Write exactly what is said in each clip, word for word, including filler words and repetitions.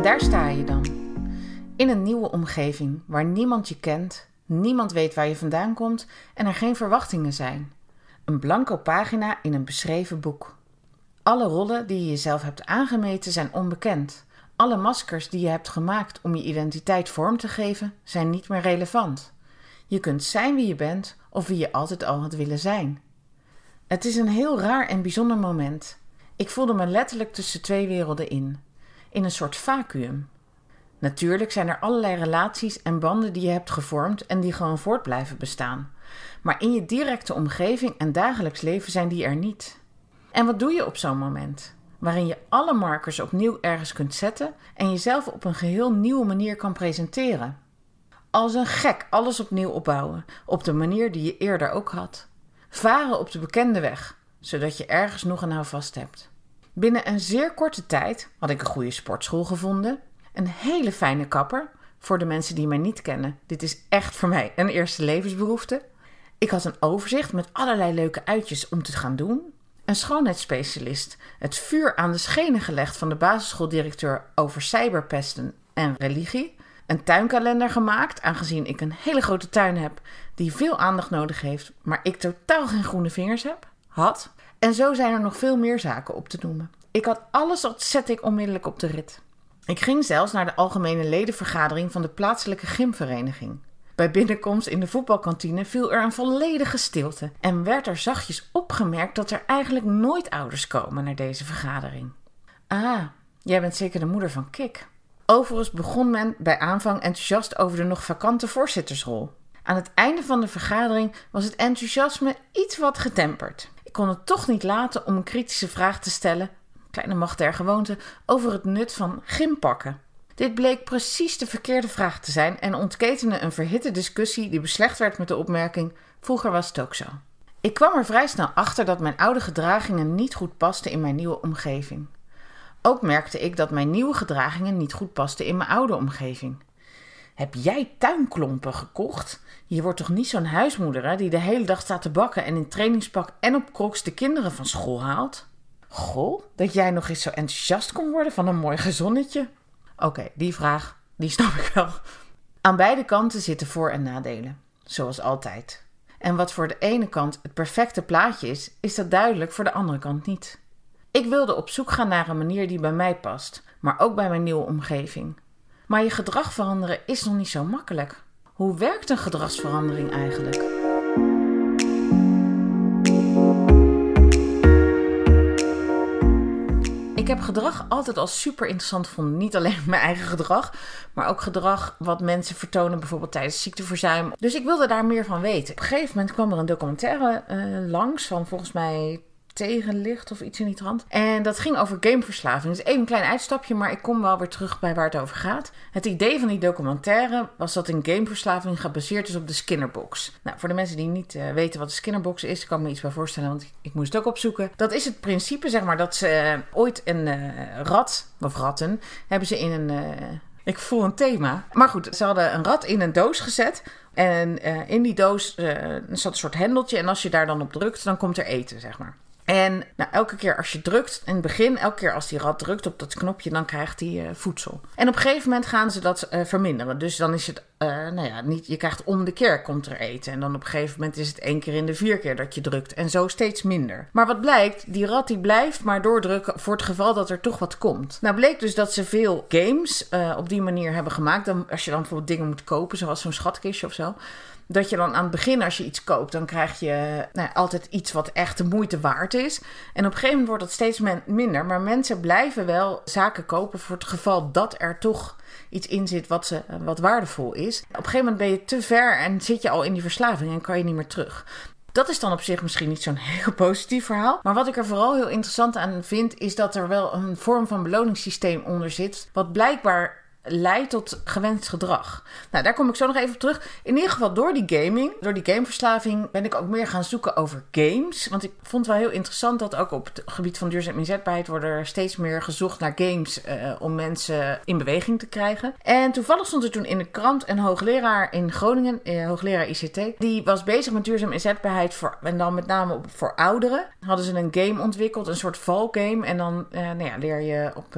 En daar sta je dan. In een nieuwe omgeving waar niemand je kent, niemand weet waar je vandaan komt en er geen verwachtingen zijn. Een blanco pagina in een beschreven boek. Alle rollen die je jezelf hebt aangemeten zijn onbekend. Alle maskers die je hebt gemaakt om je identiteit vorm te geven zijn niet meer relevant. Je kunt zijn wie je bent of wie je altijd al had willen zijn. Het is een heel raar en bijzonder moment. Ik voelde me letterlijk tussen twee werelden in. In een soort vacuüm. Natuurlijk zijn er allerlei relaties en banden die je hebt gevormd en die gewoon voort blijven bestaan. Maar in je directe omgeving en dagelijks leven zijn die er niet. En wat doe je op zo'n moment? Waarin je alle markers opnieuw ergens kunt zetten en jezelf op een geheel nieuwe manier kan presenteren. Als een gek alles opnieuw opbouwen, op de manier die je eerder ook had. Varen op de bekende weg, zodat je ergens nog een houvast hebt. Binnen een zeer korte tijd had ik een goede sportschool gevonden, een hele fijne kapper, voor de mensen die mij niet kennen. Dit is echt voor mij een eerste levensbehoefte. Ik had een overzicht met allerlei leuke uitjes om te gaan doen. Een schoonheidsspecialist, het vuur aan de schenen gelegd van de basisschooldirecteur over cyberpesten en religie. Een tuinkalender gemaakt, aangezien ik een hele grote tuin heb die veel aandacht nodig heeft, maar ik totaal geen groene vingers heb, had. En zo zijn er nog veel meer zaken op te noemen. Ik had alles, dat zette ik onmiddellijk op de rit. Ik ging zelfs naar de algemene ledenvergadering van de plaatselijke gymvereniging. Bij binnenkomst in de voetbalkantine viel er een volledige stilte en werd er zachtjes opgemerkt dat er eigenlijk nooit ouders komen naar deze vergadering. Ah, jij bent zeker de moeder van Kik. Overigens begon men bij aanvang enthousiast over de nog vakante voorzittersrol. Aan het einde van de vergadering was het enthousiasme iets wat getemperd. Ik kon het toch niet laten om een kritische vraag te stellen, kleine macht der gewoonte, over het nut van gympakken. Dit bleek precies de verkeerde vraag te zijn en ontketende een verhitte discussie die beslecht werd met de opmerking: vroeger was het ook zo. Ik kwam er vrij snel achter dat mijn oude gedragingen niet goed pasten in mijn nieuwe omgeving. Ook merkte ik dat mijn nieuwe gedragingen niet goed pasten in mijn oude omgeving. Heb jij tuinklompen gekocht? Je wordt toch niet zo'n huismoeder, hè, die de hele dag staat te bakken en in trainingspak en op crocs de kinderen van school haalt? Goh, dat jij nog eens zo enthousiast kon worden van een mooi gezonnetje. Oké, okay, die vraag, die snap ik wel. Aan beide kanten zitten voor- en nadelen, zoals altijd. En wat voor de ene kant het perfecte plaatje is, is dat duidelijk voor de andere kant niet. Ik wilde op zoek gaan naar een manier die bij mij past, maar ook bij mijn nieuwe omgeving. Maar je gedrag veranderen is nog niet zo makkelijk. Hoe werkt een gedragsverandering eigenlijk? Ik heb gedrag altijd als super interessant gevonden. Niet alleen mijn eigen gedrag, maar ook gedrag wat mensen vertonen bijvoorbeeld tijdens ziekteverzuim. Dus ik wilde daar meer van weten. Op een gegeven moment kwam er een documentaire uh, langs van volgens mij Tegenlicht of iets in die trant. En dat ging over gameverslaving. Dus even een klein uitstapje, maar ik kom wel weer terug bij waar het over gaat. Het idee van die documentaire was dat een gameverslaving gebaseerd is op de Skinnerbox. Nou, voor de mensen die niet uh, weten wat de Skinnerbox is, kan ik me iets bij voorstellen, want ik, ik moest het ook opzoeken. Dat is het principe, zeg maar, dat ze uh, ooit een uh, rat, of ratten, hebben ze in een... Uh, ik voel een thema. Maar goed, ze hadden een rat in een doos gezet. En uh, in die doos uh, zat een soort hendeltje. En als je daar dan op drukt, dan komt er eten, zeg maar. En nou, elke keer als je drukt, in het begin, elke keer als die rat drukt op dat knopje, dan krijgt hij uh, voedsel. En op een gegeven moment gaan ze dat uh, verminderen. Dus dan is het, uh, nou ja, niet, je krijgt om de keer komt er eten. En dan op een gegeven moment is het één keer in de vier keer dat je drukt. En zo steeds minder. Maar wat blijkt, die rat die blijft maar doordrukken voor het geval dat er toch wat komt. Nou bleek dus dat ze veel games uh, op die manier hebben gemaakt. Dan, als je dan bijvoorbeeld dingen moet kopen, zoals zo'n schatkistje of zo. Dat je dan aan het begin, als je iets koopt, dan krijg je nou, altijd iets wat echt de moeite waard is. En op een gegeven moment wordt dat steeds men- minder. Maar mensen blijven wel zaken kopen voor het geval dat er toch iets in zit wat, ze, wat waardevol is. Op een gegeven moment ben je te ver en zit je al in die verslaving en kan je niet meer terug. Dat is dan op zich misschien niet zo'n heel positief verhaal. Maar wat ik er vooral heel interessant aan vind, is dat er wel een vorm van beloningssysteem onder zit, wat blijkbaar leidt tot gewenst gedrag. Nou, daar kom ik zo nog even op terug. In ieder geval door die gaming, door die gameverslaving, ben ik ook meer gaan zoeken over games. Want ik vond het wel heel interessant dat ook op het gebied van duurzame inzetbaarheid worden er steeds meer gezocht naar games uh, om mensen in beweging te krijgen. En toevallig stond er toen in de krant een hoogleraar in Groningen, uh, hoogleraar I C T, die was bezig met duurzame inzetbaarheid voor, en dan met name op, voor ouderen. Hadden ze een game ontwikkeld, een soort valgame. En dan uh, nou ja, leer je op een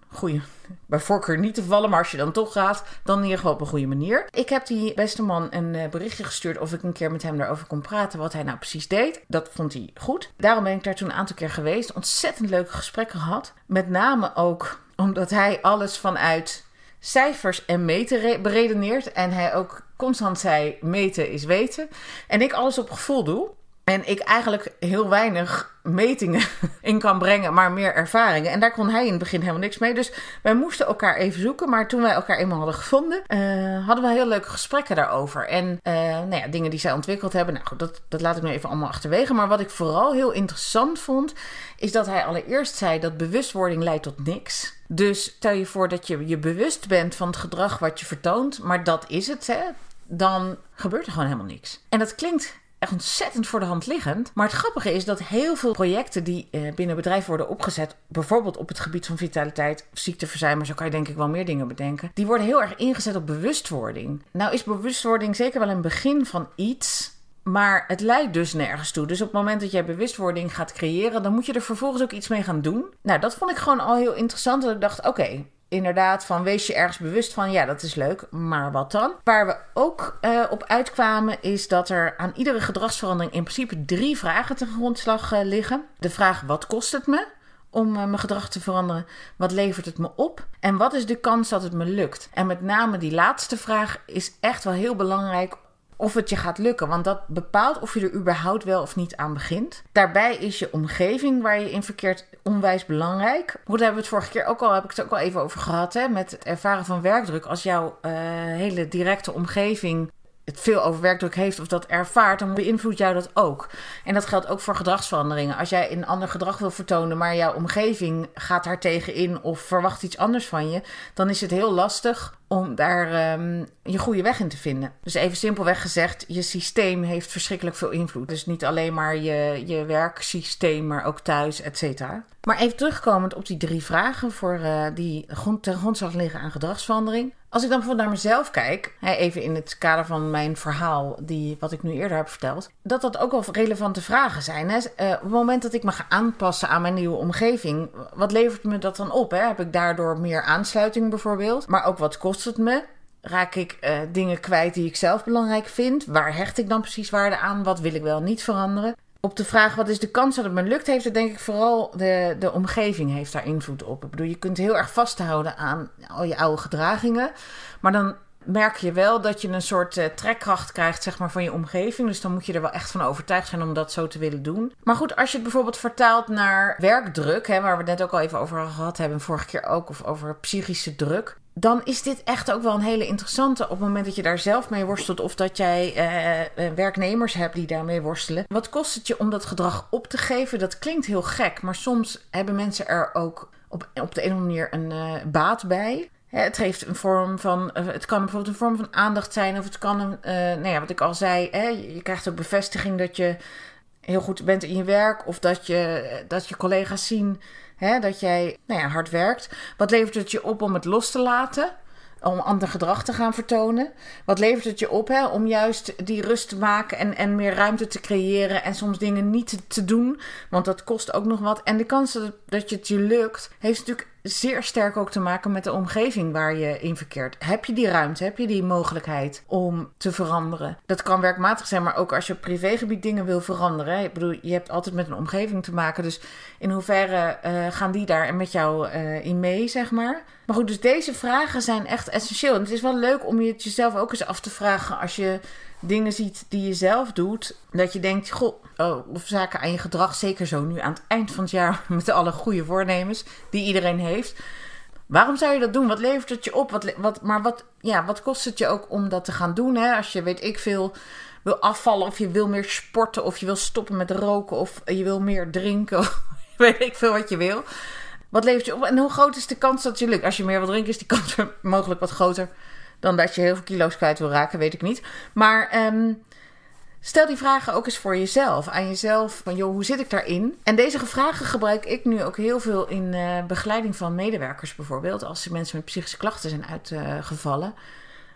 goede, bij voorkeur niet te vallen, maar als je dan toch gaat, dan in ieder geval op een goede manier. Ik heb die beste man een uh, berichtje gestuurd of ik een keer met hem daarover kon praten wat hij nou precies deed. Dat vond hij goed. Daarom ben ik daar toen een aantal keer geweest. Ontzettend leuke gesprekken gehad. Met name ook omdat hij alles vanuit cijfers en meten beredeneert. En hij ook constant zei, meten is weten. En ik alles op gevoel doe. En ik eigenlijk heel weinig metingen in kan brengen, maar meer ervaringen. En daar kon hij in het begin helemaal niks mee. Dus wij moesten elkaar even zoeken. Maar toen wij elkaar eenmaal hadden gevonden, uh, hadden we heel leuke gesprekken daarover. En uh, nou ja, dingen die zij ontwikkeld hebben. Nou goed, dat, dat laat ik nu even allemaal achterwege. Maar wat ik vooral heel interessant vond, is dat hij allereerst zei dat bewustwording leidt tot niks. Dus stel je voor dat je je bewust bent van het gedrag wat je vertoont. Maar dat is het, hè. Dan gebeurt er gewoon helemaal niks. En dat klinkt echt ontzettend voor de hand liggend. Maar het grappige is dat heel veel projecten die eh, binnen bedrijven worden opgezet, bijvoorbeeld op het gebied van vitaliteit, ziekteverzuim, maar zo kan je denk ik wel meer dingen bedenken, die worden heel erg ingezet op bewustwording. Nou is bewustwording zeker wel een begin van iets, maar het leidt dus nergens toe. Dus op het moment dat jij bewustwording gaat creëren, dan moet je er vervolgens ook iets mee gaan doen. Nou, dat vond ik gewoon al heel interessant. Dat ik dacht, oké, okay, inderdaad, van wees je ergens bewust van, ja, dat is leuk, maar wat dan? Waar we ook uh, op uitkwamen is dat er aan iedere gedragsverandering in principe drie vragen ten grondslag uh, liggen. De vraag, wat kost het me om uh, mijn gedrag te veranderen? Wat levert het me op? En wat is de kans dat het me lukt? En met name die laatste vraag is echt wel heel belangrijk of het je gaat lukken, want dat bepaalt of je er überhaupt wel of niet aan begint. Daarbij is je omgeving waar je in verkeert onwijs belangrijk. Goed, daar hebben we het vorige keer ook al, heb ik het ook al even over gehad, hè, met het ervaren van werkdruk. Als jouw uh, hele directe omgeving het veel over werkdruk heeft of dat ervaart, dan beïnvloedt jou dat ook. En dat geldt ook voor gedragsveranderingen. Als jij een ander gedrag wil vertonen, maar jouw omgeving gaat daar tegen in of verwacht iets anders van je, dan is het heel lastig om daar um, je goede weg in te vinden. Dus even simpelweg gezegd, je systeem heeft verschrikkelijk veel invloed. Dus niet alleen maar je, je werksysteem, maar ook thuis, et cetera. Maar even terugkomend op die drie vragen voor uh, die grond, ten grondslag liggen aan gedragsverandering. Als ik dan bijvoorbeeld naar mezelf kijk, hè, even in het kader van mijn verhaal, die, wat ik nu eerder heb verteld, dat dat ook wel relevante vragen zijn. Hè? Uh, op het moment dat ik me ga aanpassen aan mijn nieuwe omgeving, wat levert me dat dan op? Hè? Heb ik daardoor meer aansluiting bijvoorbeeld? Maar ook wat kost het me? Raak ik uh, dingen kwijt die ik zelf belangrijk vind? Waar hecht ik dan precies waarde aan? Wat wil ik wel niet veranderen? Op de vraag, wat is de kans dat het me lukt, heeft het denk ik vooral de, de omgeving heeft daar invloed op. Ik bedoel, je kunt heel erg vasthouden aan al je oude gedragingen, maar dan merk je wel dat je een soort uh, trekkracht krijgt, zeg maar, van je omgeving. Dus dan moet je er wel echt van overtuigd zijn om dat zo te willen doen. Maar goed, als je het bijvoorbeeld vertaalt naar werkdruk, hè, waar we het net ook al even over gehad hebben, vorige keer ook, of over psychische druk, dan is dit echt ook wel een hele interessante op het moment dat je daar zelf mee worstelt of dat jij uh, werknemers hebt die daarmee worstelen. Wat kost het je om dat gedrag op te geven? Dat klinkt heel gek, maar soms hebben mensen er ook op, op de een of andere manier een uh, baat bij. Hè, het heeft een vorm van, uh, het kan bijvoorbeeld een vorm van aandacht zijn of het kan een, uh, nou ja, wat ik al zei, hè, je krijgt ook bevestiging dat je heel goed bent in je werk of dat je, dat je collega's zien, hè, dat jij nou ja, hard werkt. Wat levert het je op om het los te laten? Om ander gedrag te gaan vertonen? Wat levert het je op, hè, om juist die rust te maken en, en meer ruimte te creëren en soms dingen niet te, te doen? Want dat kost ook nog wat. En de kans dat, dat je het je lukt, heeft natuurlijk zeer sterk ook te maken met de omgeving waar je in verkeert. Heb je die ruimte? Heb je die mogelijkheid om te veranderen? Dat kan werkmatig zijn, maar ook als je op privégebied dingen wil veranderen. Hè? Ik bedoel, je hebt altijd met een omgeving te maken. Dus in hoeverre uh, gaan die daar met jou uh, in mee, zeg maar? Maar goed, dus deze vragen zijn echt essentieel. En het is wel leuk om je het jezelf ook eens af te vragen als je dingen ziet die je zelf doet, dat je denkt, goh, oh, of zaken aan je gedrag, zeker zo nu aan het eind van het jaar met alle goede voornemens die iedereen heeft. Waarom zou je dat doen? Wat levert het je op? Wat, wat, maar wat, ja, wat kost het je ook om dat te gaan doen? Hè? Als je, weet ik veel, wil afvallen of je wil meer sporten of je wil stoppen met roken of je wil meer drinken of weet ik veel wat je wil. Wat levert je op? En hoe groot is de kans dat je lukt? Als je meer wil drinken is die kans mogelijk wat groter dan dat je heel veel kilo's kwijt wil raken, weet ik niet. Maar um, stel die vragen ook eens voor jezelf. Aan jezelf, van joh, hoe zit ik daarin? En deze vragen gebruik ik nu ook heel veel in uh, begeleiding van medewerkers bijvoorbeeld. Als mensen met psychische klachten zijn uitgevallen.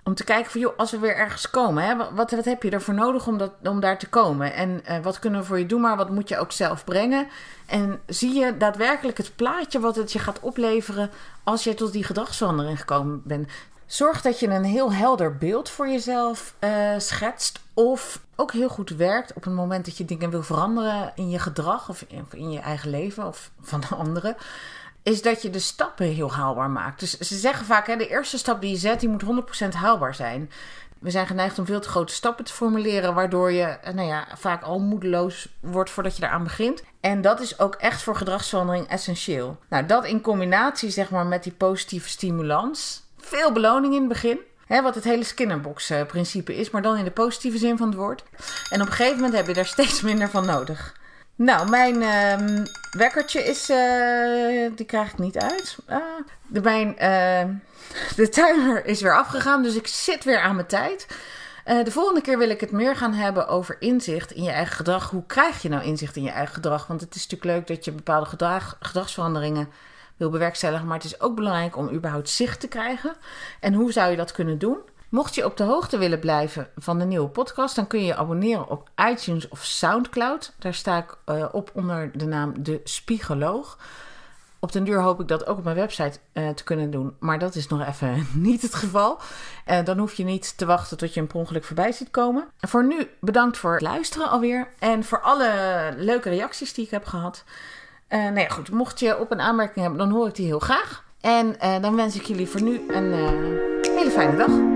Om te kijken van, joh, als we weer ergens komen, hè, wat, wat heb je ervoor nodig om, dat, om daar te komen? En uh, wat kunnen we voor je doen, maar wat moet je ook zelf brengen? En zie je daadwerkelijk het plaatje wat het je gaat opleveren als je tot die gedragsverandering gekomen bent? Zorg dat je een heel helder beeld voor jezelf uh, schetst. Of ook heel goed werkt op het moment dat je dingen wil veranderen in je gedrag of in, in je eigen leven of van de anderen. Is dat je de stappen heel haalbaar maakt. Dus ze zeggen vaak, hè, de eerste stap die je zet, die moet honderd procent haalbaar zijn. We zijn geneigd om veel te grote stappen te formuleren, waardoor je nou ja, vaak al moedeloos wordt voordat je eraan begint. En dat is ook echt voor gedragsverandering essentieel. Nou, dat in combinatie zeg maar met die positieve stimulans. Veel beloning in het begin. Hè, wat het hele Skinnerbox-principe is, maar dan in de positieve zin van het woord. En op een gegeven moment heb je daar steeds minder van nodig. Nou, mijn uh, wekkertje is... Uh, die krijg ik niet uit. Uh, de, mijn, uh, de timer is weer afgegaan, dus ik zit weer aan mijn tijd. Uh, de volgende keer wil ik het meer gaan hebben over inzicht in je eigen gedrag. Hoe krijg je nou inzicht in je eigen gedrag? Want het is natuurlijk leuk dat je bepaalde gedrag, gedragsveranderingen wil bewerkstelligen. Maar het is ook belangrijk om überhaupt zicht te krijgen. En hoe zou je dat kunnen doen? Mocht je op de hoogte willen blijven van de nieuwe podcast, dan kun je je abonneren op iTunes of Soundcloud. Daar sta ik uh, op onder de naam De Spiegoloog. Op den duur hoop ik dat ook op mijn website uh, te kunnen doen. Maar dat is nog even niet het geval. Uh, dan hoef je niet te wachten tot je een per ongeluk voorbij ziet komen. Voor nu bedankt voor het luisteren alweer. En voor alle leuke reacties die ik heb gehad. Uh, nou ja, goed. Mocht je op een aanmerking hebben, dan hoor ik die heel graag. En uh, dan wens ik jullie voor nu een uh, hele fijne dag.